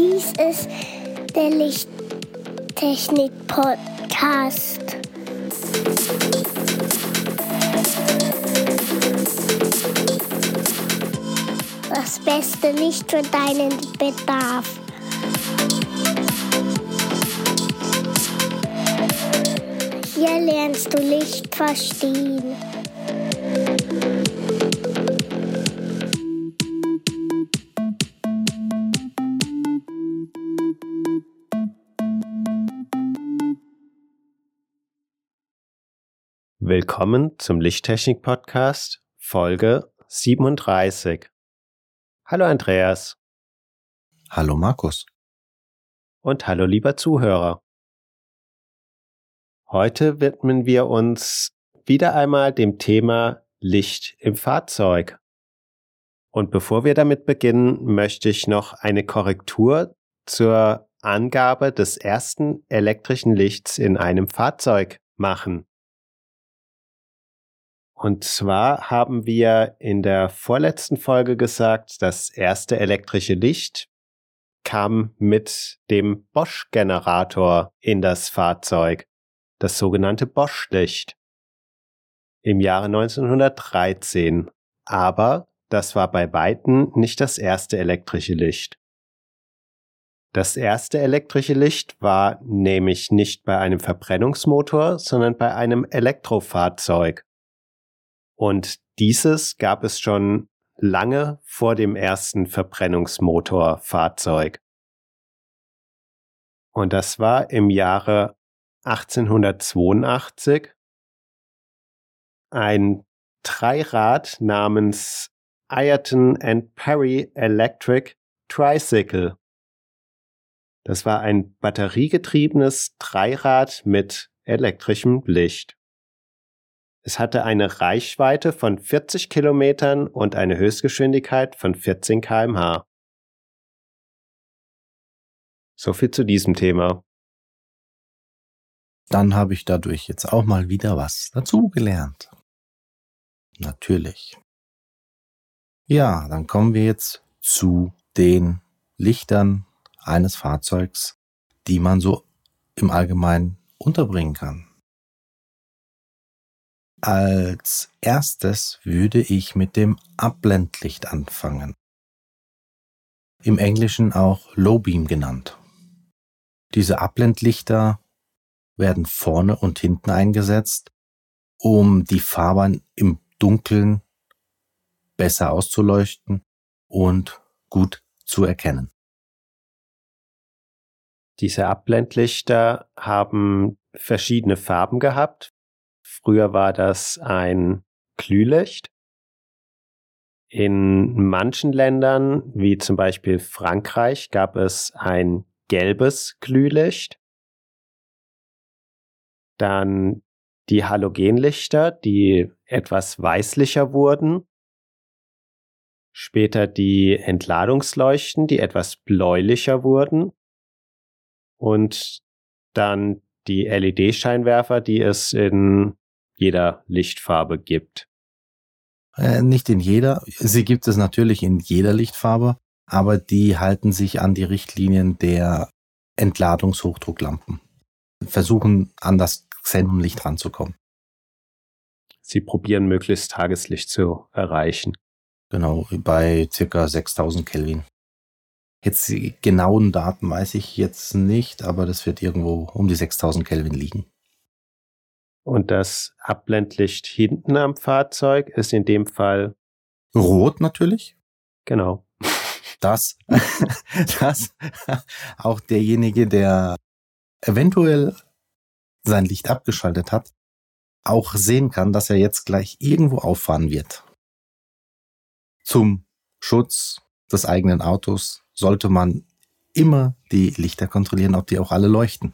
Dies ist der Lichttechnik-Podcast. Das beste Licht für deinen Bedarf. Hier lernst du Licht verstehen. Willkommen zum Lichttechnik-Podcast, Folge 37. Hallo Andreas. Hallo Markus. Und hallo lieber Zuhörer. Heute widmen wir uns wieder einmal dem Thema Licht im Fahrzeug. Und bevor wir damit beginnen, möchte ich noch eine Korrektur zur Angabe des ersten elektrischen Lichts in einem Fahrzeug machen. Und zwar haben wir in der vorletzten Folge gesagt, das erste elektrische Licht kam mit dem Bosch-Generator in das Fahrzeug, das sogenannte Bosch-Licht, im Jahre 1913. Aber das war bei weitem nicht das erste elektrische Licht. Das erste elektrische Licht war nämlich nicht bei einem Verbrennungsmotor, sondern bei einem Elektrofahrzeug. Und dieses gab es schon lange vor dem ersten Verbrennungsmotorfahrzeug. Und das war im Jahre 1882 ein Dreirad namens Ayrton and Perry Electric Tricycle. Das war ein batteriegetriebenes Dreirad mit elektrischem Licht. Es hatte eine Reichweite von 40 Kilometern und eine Höchstgeschwindigkeit von 14 km/h. So viel zu diesem Thema. Dann habe ich dadurch jetzt auch mal wieder was dazugelernt. Natürlich. Ja, dann kommen wir jetzt zu den Lichtern eines Fahrzeugs, die man so im Allgemeinen unterbringen kann. Als erstes würde ich mit dem Abblendlicht anfangen. Im Englischen auch Low Beam genannt. Diese Abblendlichter werden vorne und hinten eingesetzt, um die Fahrbahn im Dunkeln besser auszuleuchten und gut zu erkennen. Diese Abblendlichter haben verschiedene Farben gehabt. Früher war das ein Glühlicht. In manchen Ländern, wie zum Beispiel Frankreich, gab es ein gelbes Glühlicht. Dann die Halogenlichter, die etwas weißlicher wurden. Später die Entladungsleuchten, die etwas bläulicher wurden. Und dann die LED-Scheinwerfer, die es in jeder Lichtfarbe gibt. Nicht in jeder, sie gibt es natürlich in jeder Lichtfarbe, aber die halten sich an die Richtlinien der Entladungshochdrucklampen. Versuchen an das Xenonlicht ranzukommen. Sie probieren möglichst Tageslicht zu erreichen. Genau, bei ca. 6000 Kelvin. Jetzt die genauen Daten weiß ich jetzt nicht, aber das wird irgendwo um die 6000 Kelvin liegen. Und das Abblendlicht hinten am Fahrzeug ist in dem Fall rot natürlich. Genau. Das auch derjenige, der eventuell sein Licht abgeschaltet hat, auch sehen kann, dass er jetzt gleich irgendwo auffahren wird. Zum Schutz des eigenen Autos sollte man immer die Lichter kontrollieren, ob die auch alle leuchten.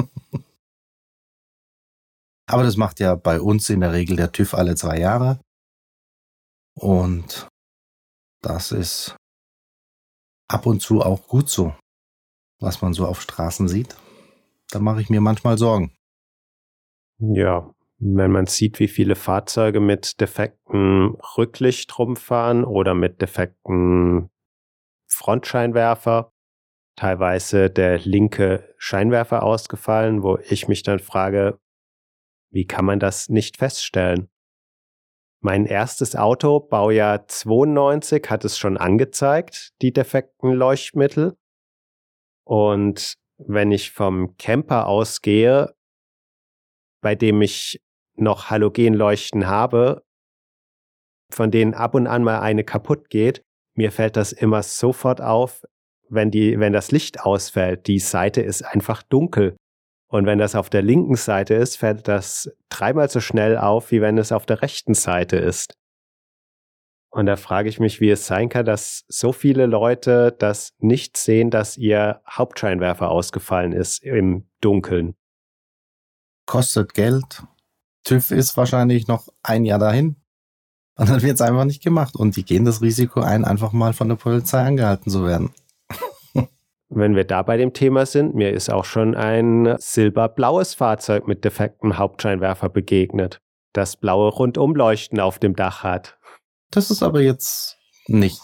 Aber das macht ja bei uns in der Regel der TÜV alle 2 Jahre. Und das ist ab und zu auch gut so, was man so auf Straßen sieht. Da mache ich mir manchmal Sorgen. Ja, wenn man sieht, wie viele Fahrzeuge mit defektem Rücklicht rumfahren oder mit defekten Frontscheinwerfer, teilweise der linke Scheinwerfer ausgefallen, wo ich mich dann frage, wie kann man das nicht feststellen? Mein erstes Auto, Baujahr 92, hat es schon angezeigt, die defekten Leuchtmittel. Und wenn ich vom Camper ausgehe, bei dem ich noch Halogenleuchten habe, von denen ab und an mal eine kaputt geht, mir fällt das immer sofort auf, wenn das Licht ausfällt. Die Seite ist einfach dunkel. Und wenn das auf der linken Seite ist, fällt das 3-mal so schnell auf, wie wenn es auf der rechten Seite ist. Und da frage ich mich, wie es sein kann, dass so viele Leute das nicht sehen, dass ihr Hauptscheinwerfer ausgefallen ist im Dunkeln. Kostet Geld. TÜV ist wahrscheinlich noch ein Jahr dahin. Und dann wird es einfach nicht gemacht. Und die gehen das Risiko ein, einfach mal von der Polizei angehalten zu werden. Wenn wir da bei dem Thema sind, mir ist auch schon ein silberblaues Fahrzeug mit defektem Hauptscheinwerfer begegnet, das blaue Rundumleuchten auf dem Dach hat. Das ist aber jetzt nicht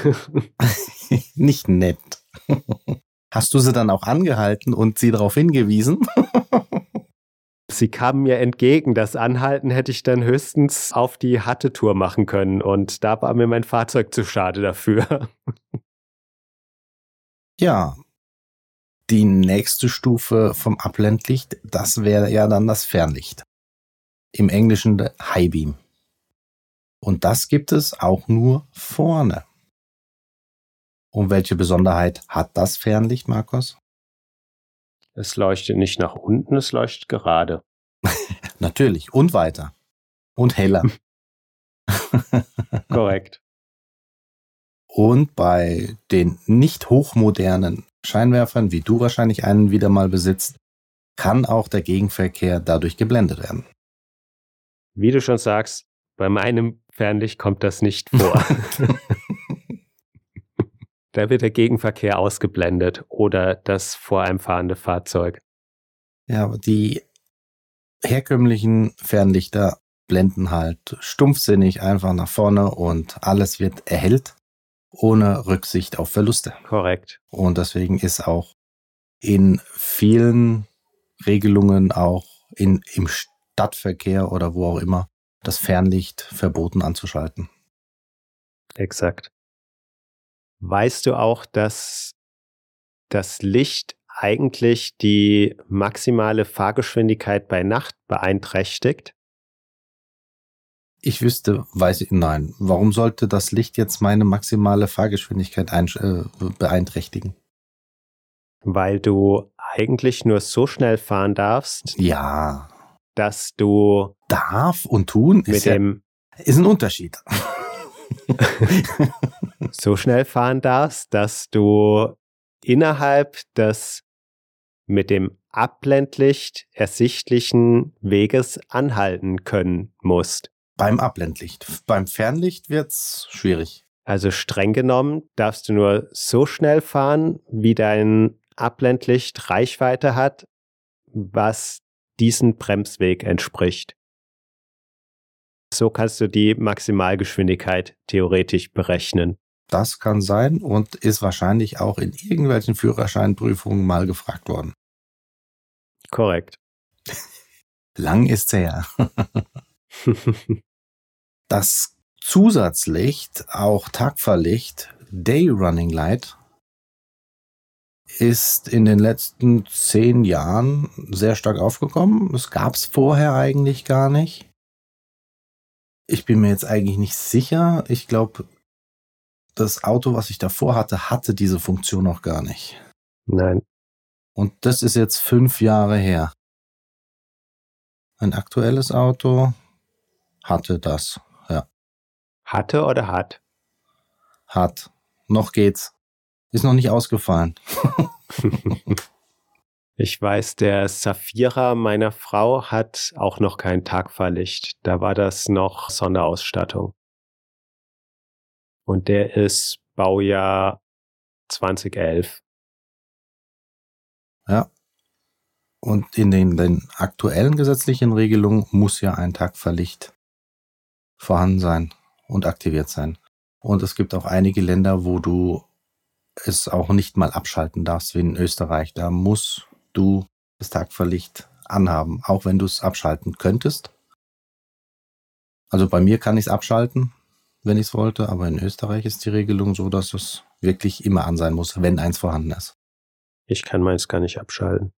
nett. Hast du sie dann auch angehalten und sie darauf hingewiesen? Sie kamen mir entgegen. Das Anhalten hätte ich dann höchstens auf die Hatte-Tour machen können und da war mir mein Fahrzeug zu schade dafür. Ja, die nächste Stufe vom Abblendlicht, das wäre ja dann das Fernlicht. Im Englischen der High Beam. Und das gibt es auch nur vorne. Und welche Besonderheit hat das Fernlicht, Markus? Es leuchtet nicht nach unten, es leuchtet gerade. Natürlich, und weiter. Und heller. Korrekt. Und bei den nicht hochmodernen Scheinwerfern, wie du wahrscheinlich einen wieder mal besitzt, kann auch der Gegenverkehr dadurch geblendet werden. Wie du schon sagst, bei meinem Fernlicht kommt das nicht vor. Da wird der Gegenverkehr ausgeblendet oder das vor einem fahrende Fahrzeug. Ja, aber die herkömmlichen Fernlichter blenden halt stumpfsinnig einfach nach vorne und alles wird erhellt, ohne Rücksicht auf Verluste. Korrekt. Und deswegen ist auch in vielen Regelungen, auch im Stadtverkehr oder wo auch immer, das Fernlicht verboten anzuschalten. Exakt. Weißt du auch, dass das Licht eigentlich die maximale Fahrgeschwindigkeit bei Nacht beeinträchtigt? Ich wüsste, nein. Warum sollte das Licht jetzt meine maximale Fahrgeschwindigkeit beeinträchtigen? Weil du eigentlich nur so schnell fahren darfst, Ja. dass du Darf und tun ist ein Unterschied. so schnell fahren darfst, dass du innerhalb des mit dem Abblendlicht ersichtlichen Weges anhalten können musst. Beim Abblendlicht. Beim Fernlicht wird's schwierig. Also streng genommen darfst du nur so schnell fahren, wie dein Abblendlicht Reichweite hat, was diesen Bremsweg entspricht. So kannst du die Maximalgeschwindigkeit theoretisch berechnen. Das kann sein und ist wahrscheinlich auch in irgendwelchen Führerscheinprüfungen mal gefragt worden. Korrekt. Lang ist's her. Das Zusatzlicht, auch Tagfahrlicht, Day Running Light, ist in den letzten 10 Jahren sehr stark aufgekommen. Das gab's vorher eigentlich gar nicht. Ich bin mir jetzt eigentlich nicht sicher. Ich glaube, das Auto, was ich davor hatte, hatte diese Funktion noch gar nicht. Nein. Und das ist jetzt 5 Jahre her. Ein aktuelles Auto hatte das, ja. Hatte oder hat? Hat. Noch geht's. Ist noch nicht ausgefallen. Ich weiß, der Safira meiner Frau hat auch noch kein Tagfahrlicht. Da war das noch Sonderausstattung. Und der ist Baujahr 2011. Ja. Und in den aktuellen gesetzlichen Regelungen muss ja ein Tagfahrlicht vorhanden sein und aktiviert sein. Und es gibt auch einige Länder, wo du es auch nicht mal abschalten darfst wie in Österreich. Da musst du das Tagfahrlicht anhaben, auch wenn du es abschalten könntest. Also bei mir kann ich es abschalten, wenn ich es wollte, aber in Österreich ist die Regelung so, dass es wirklich immer an sein muss, wenn eins vorhanden ist. Ich kann meins gar nicht abschalten.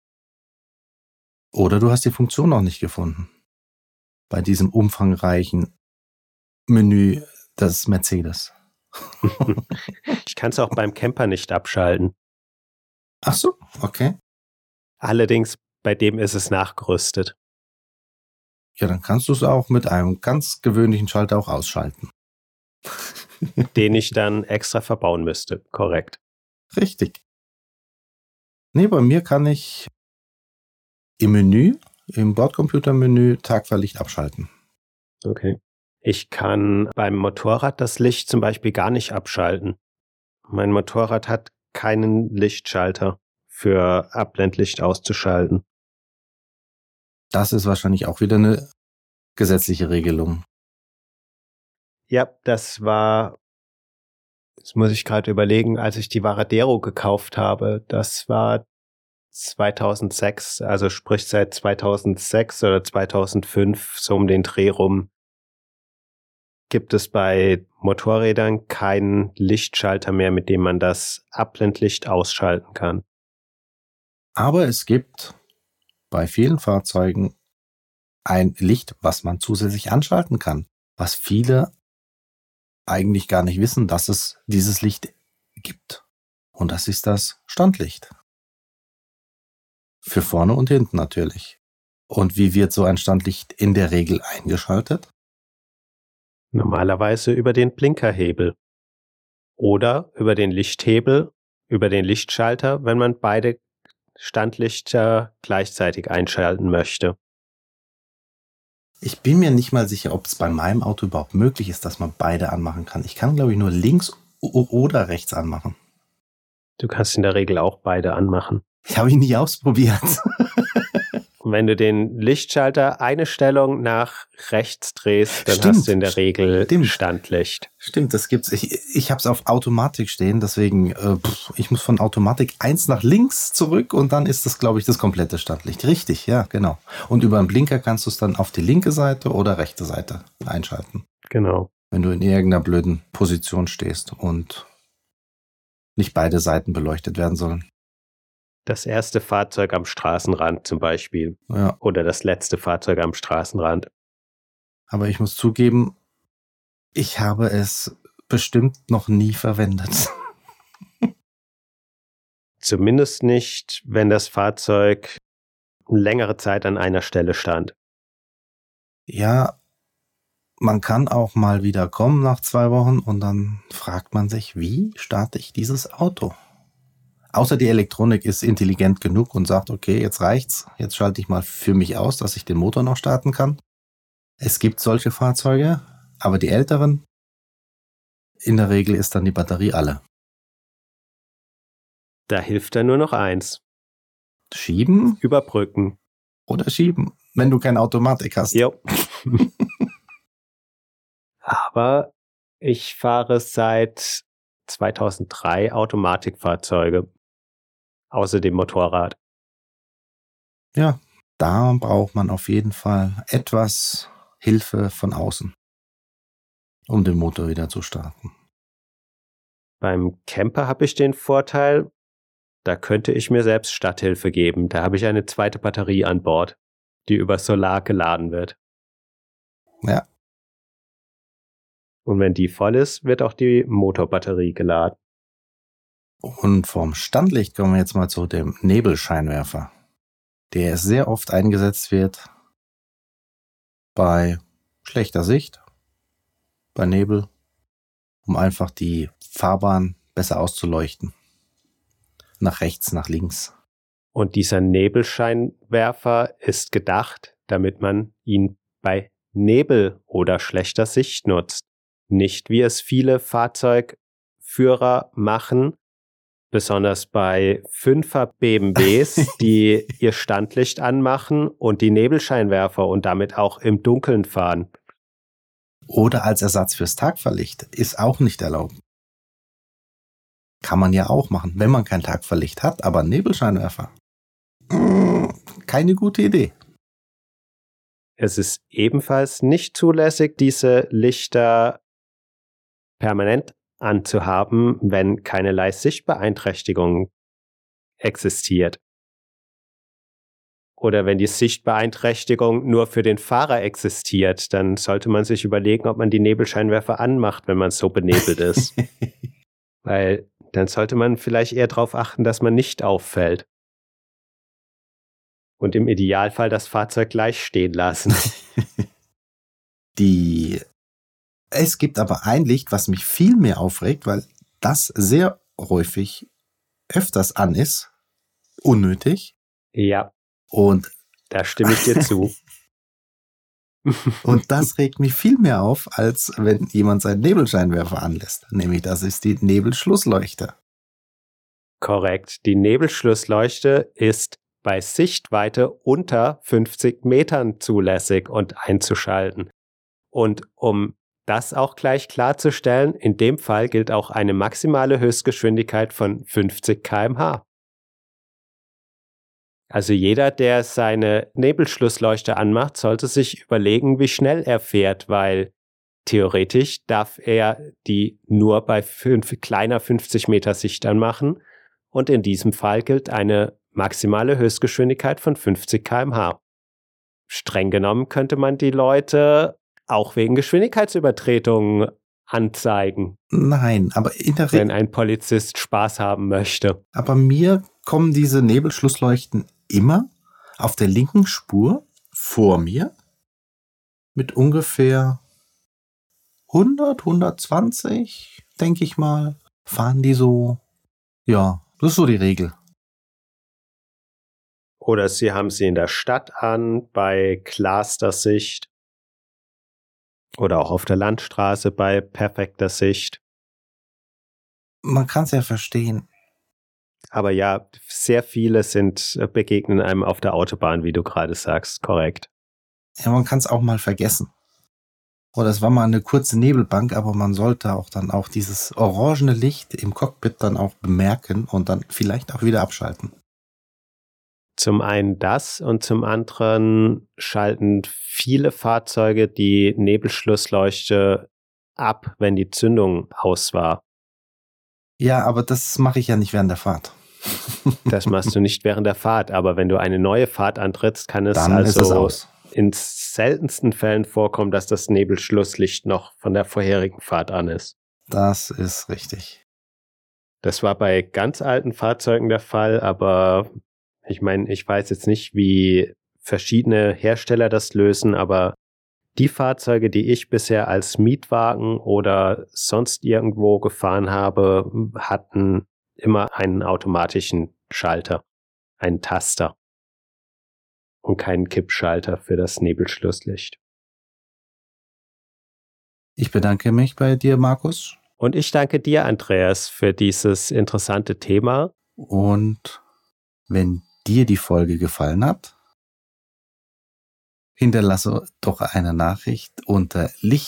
Oder du hast die Funktion noch nicht gefunden. Bei diesem umfangreichen Menü des Mercedes. Ich kann es auch beim Camper nicht abschalten. Ach so, okay. Allerdings, bei dem ist es nachgerüstet. Ja, dann kannst du es auch mit einem ganz gewöhnlichen Schalter auch ausschalten. Den ich dann extra verbauen müsste. Korrekt. Richtig. Nee, bei mir kann ich im Menü, im Bordcomputermenü Tagfahrlicht abschalten. Okay. Ich kann beim Motorrad das Licht zum Beispiel gar nicht abschalten. Mein Motorrad hat keinen Lichtschalter für Abblendlicht auszuschalten. Das ist wahrscheinlich auch wieder eine gesetzliche Regelung. Ja, das muss ich gerade überlegen, als ich die Varadero gekauft habe. Das war 2006, also sprich seit 2006 oder 2005, so um den Dreh rum, gibt es bei Motorrädern keinen Lichtschalter mehr, mit dem man das Abblendlicht ausschalten kann. Aber es gibt bei vielen Fahrzeugen ein Licht, was man zusätzlich anschalten kann, was viele eigentlich gar nicht wissen, dass es dieses Licht gibt. Und das ist das Standlicht. Für vorne und hinten natürlich. Und wie wird so ein Standlicht in der Regel eingeschaltet? Normalerweise über den Blinkerhebel oder über den Lichthebel, über den Lichtschalter, wenn man beide Standlichter gleichzeitig einschalten möchte. Ich bin mir nicht mal sicher, ob es bei meinem Auto überhaupt möglich ist, dass man beide anmachen kann. Ich kann, glaube ich, nur links oder rechts anmachen. Du kannst in der Regel auch beide anmachen. Ich habe ihn nie ausprobiert. Und wenn du den Lichtschalter eine Stellung nach rechts drehst, dann hast du in der Regel Standlicht. Stimmt, das gibt's. Ich habe es auf Automatik stehen, deswegen ich muss von Automatik 1 nach links zurück und dann ist das, glaube ich, das komplette Standlicht. Richtig, ja, genau. Und über den Blinker kannst du es dann auf die linke Seite oder rechte Seite einschalten. Genau. Wenn du in irgendeiner blöden Position stehst und nicht beide Seiten beleuchtet werden sollen. Das erste Fahrzeug am Straßenrand zum Beispiel. Ja. Oder das letzte Fahrzeug am Straßenrand. Aber ich muss zugeben, ich habe es bestimmt noch nie verwendet. Zumindest nicht, wenn das Fahrzeug längere Zeit an einer Stelle stand. Ja, man kann auch mal wieder kommen nach 2 Wochen und dann fragt man sich, wie starte ich dieses Auto? Außer die Elektronik ist intelligent genug und sagt, okay, jetzt reicht's, jetzt schalte ich mal für mich aus, dass ich den Motor noch starten kann. Es gibt solche Fahrzeuge, aber die älteren, in der Regel ist dann die Batterie alle. Da hilft dann nur noch eins. Schieben Überbrücken. oder schieben, wenn du keine Automatik hast. Jo. Aber ich fahre seit 2003 Automatikfahrzeuge. Außer dem Motorrad. Ja, da braucht man auf jeden Fall etwas Hilfe von außen, um den Motor wieder zu starten. Beim Camper habe ich den Vorteil, da könnte ich mir selbst Starthilfe geben. Da habe ich eine zweite Batterie an Bord, die über Solar geladen wird. Ja. Und wenn die voll ist, wird auch die Motorbatterie geladen. Und vom Standlicht kommen wir jetzt mal zu dem Nebelscheinwerfer, der sehr oft eingesetzt wird bei schlechter Sicht, bei Nebel, um einfach die Fahrbahn besser auszuleuchten. Nach rechts, nach links. Und dieser Nebelscheinwerfer ist gedacht, damit man ihn bei Nebel oder schlechter Sicht nutzt. Nicht wie es viele Fahrzeugführer machen, besonders bei 5er BMWs, die ihr Standlicht anmachen und die Nebelscheinwerfer und damit auch im Dunkeln fahren. Oder als Ersatz fürs Tagfahrlicht ist auch nicht erlaubt. Kann man ja auch machen, wenn man kein Tagfahrlicht hat, aber Nebelscheinwerfer. Keine gute Idee. Es ist ebenfalls nicht zulässig, diese Lichter permanent anzuhaben, wenn keinerlei Sichtbeeinträchtigung existiert. Oder wenn die Sichtbeeinträchtigung nur für den Fahrer existiert, dann sollte man sich überlegen, ob man die Nebelscheinwerfer anmacht, wenn man so benebelt ist. Weil dann sollte man vielleicht eher darauf achten, dass man nicht auffällt. Und im Idealfall das Fahrzeug gleich stehen lassen. Es gibt aber ein Licht, was mich viel mehr aufregt, weil das sehr häufig öfters an ist. Unnötig. Ja. Und da stimme ich dir zu. Und das regt mich viel mehr auf, als wenn jemand seinen Nebelscheinwerfer anlässt. Nämlich das ist die Nebelschlussleuchte. Korrekt. Die Nebelschlussleuchte ist bei Sichtweite unter 50 Metern zulässig und einzuschalten. Und um das auch gleich klarzustellen, in dem Fall gilt auch eine maximale Höchstgeschwindigkeit von 50 km/h. Also jeder, der seine Nebelschlussleuchte anmacht, sollte sich überlegen, wie schnell er fährt, weil theoretisch darf er die nur bei kleiner 50 Meter Sicht anmachen und in diesem Fall gilt eine maximale Höchstgeschwindigkeit von 50 km/h. Streng genommen könnte man die Leute auch wegen Geschwindigkeitsübertretungen anzeigen. Nein, aber in der Regel, wenn ein Polizist Spaß haben möchte. Aber mir kommen diese Nebelschlussleuchten immer auf der linken Spur vor mir mit ungefähr 100, 120, denke ich mal, fahren die so. Ja, das ist so die Regel. Oder sie haben sie in der Stadt an, bei klarster Sicht. Oder auch auf der Landstraße bei perfekter Sicht. Man kann es ja verstehen. Aber ja, sehr viele begegnen einem auf der Autobahn, wie du gerade sagst, korrekt. Ja, man kann es auch mal vergessen. Oder es war mal eine kurze Nebelbank, aber man sollte auch dann auch dieses orangene Licht im Cockpit dann auch bemerken und dann vielleicht auch wieder abschalten. Zum einen das und zum anderen schalten viele Fahrzeuge die Nebelschlussleuchte ab, wenn die Zündung aus war. Ja, aber das mache ich ja nicht während der Fahrt. Das machst du nicht während der Fahrt, aber wenn du eine neue Fahrt antrittst, kann es dann ist es aus. In seltensten Fällen vorkommen, dass das Nebelschlusslicht noch von der vorherigen Fahrt an ist. Das ist richtig. Das war bei ganz alten Fahrzeugen der Fall, aber ich meine, ich weiß jetzt nicht, wie verschiedene Hersteller das lösen, aber die Fahrzeuge, die ich bisher als Mietwagen oder sonst irgendwo gefahren habe, hatten immer einen automatischen Schalter, einen Taster und keinen Kippschalter für das Nebelschlusslicht. Ich bedanke mich bei dir, Markus. Und ich danke dir, Andreas, für dieses interessante Thema. Und wenn dir die Folge gefallen hat, hinterlasse doch eine Nachricht unter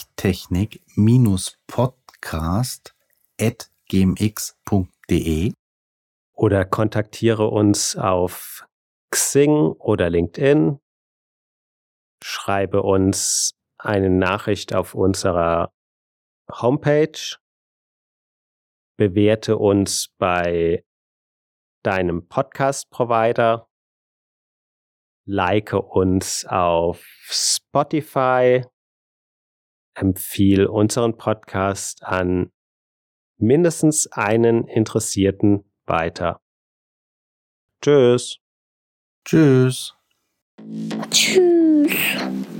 lichttechnik-podcast@gmx.de oder kontaktiere uns auf Xing oder LinkedIn. Schreibe uns eine Nachricht auf unserer Homepage. Bewerte uns bei deinem Podcast-Provider. Like uns auf Spotify. Empfehle unseren Podcast an mindestens einen Interessierten weiter. Tschüss. Tschüss. Tschüss.